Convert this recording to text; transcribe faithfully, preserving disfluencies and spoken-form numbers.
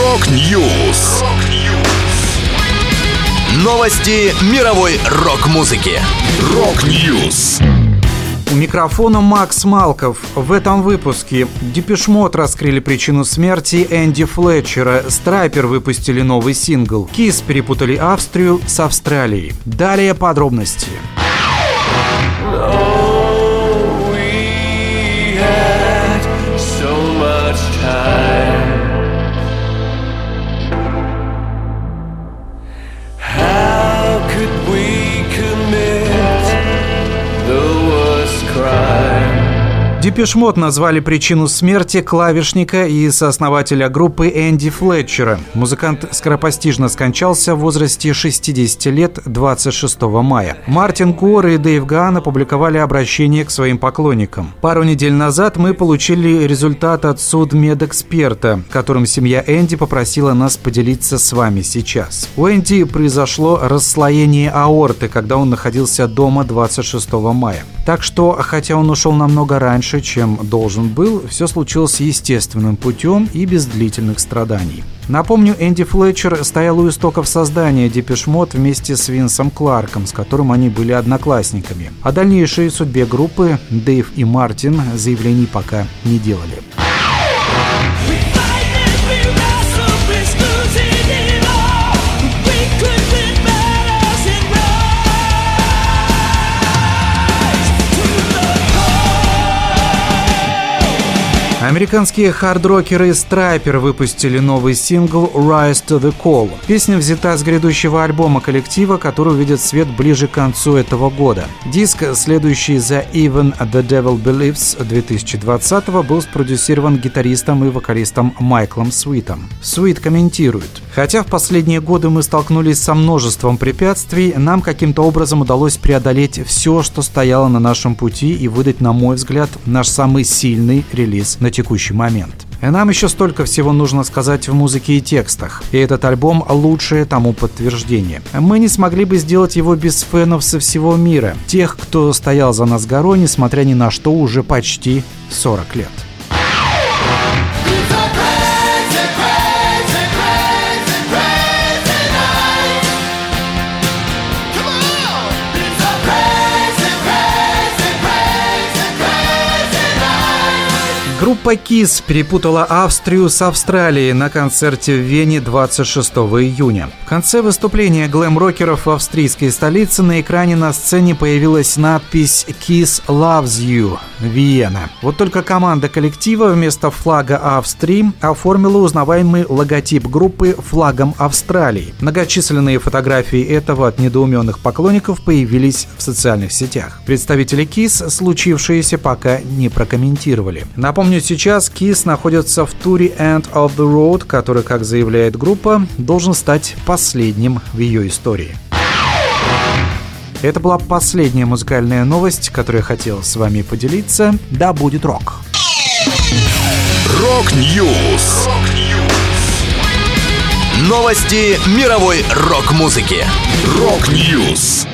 Рок-Ньюс. Новости мировой рок-музыки. Рок-Ньюс. У микрофона Макс Малков. В этом выпуске Депеш Мод раскрыли причину смерти Энди Флетчера, Страйпер выпустили новый сингл, Kiss перепутали Австрию с Австралией. Далее подробности. Депеш Мод назвали причину смерти клавишника и сооснователя группы Энди Флетчера. Музыкант скоропостижно скончался в возрасте шестидесяти лет двадцать шестого мая. Мартин Гор и Дэйв Ганн опубликовали обращение к своим поклонникам. Пару недель назад мы получили результат от судмедэксперта, которым семья Энди попросила нас поделиться с вами сейчас. У Энди произошло расслоение аорты, когда он находился дома двадцать шестого мая. Так что, хотя он ушел намного раньше, чем должен был, все случилось естественным путем и без длительных страданий. Напомню, Энди Флетчер стоял у истоков создания Депеш Мод вместе с Винсом Кларком, с которым они были одноклассниками. О дальнейшей судьбе группы Дэйв и Мартин заявлений пока не делали. Американские хард-рокеры Страйпер выпустили новый сингл «Rise to the Call». Песня взята с грядущего альбома коллектива, который увидит свет ближе к концу этого года. Диск, следующий за «Even the Devil Believes» две тысячи двадцатого, был спродюсирован гитаристом и вокалистом Майклом Свитом. Свит комментирует: «Хотя в последние годы мы столкнулись со множеством препятствий, нам каким-то образом удалось преодолеть все, что стояло на нашем пути, и выдать, на мой взгляд, наш самый сильный релиз на текущий момент. И нам еще столько всего нужно сказать в музыке и текстах, и этот альбом – лучшее тому подтверждение. Мы не смогли бы сделать его без фенов со всего мира, тех, кто стоял за нас горой, несмотря ни на что, уже почти сорок лет». Группа Kiss перепутала Австрию с Австралией на концерте в Вене двадцать шестого июня. В конце выступления глэм-рокеров в австрийской столице на экране на сцене появилась надпись «Kiss loves you, Виена». Вот только команда коллектива вместо флага Австрии оформила узнаваемый логотип группы флагом Австралии. Многочисленные фотографии этого от недоуменных поклонников появились в социальных сетях. Представители Kiss случившееся пока не прокомментировали. Напомню, сейчас Kiss находится в туре End of the Road, который, как заявляет группа, должен стать последним в ее истории. Это была последняя музыкальная новость, которую я хотел с вами поделиться. Да будет рок! Рок-Ньюс. Новости мировой рок-музыки. Рок-Ньюс.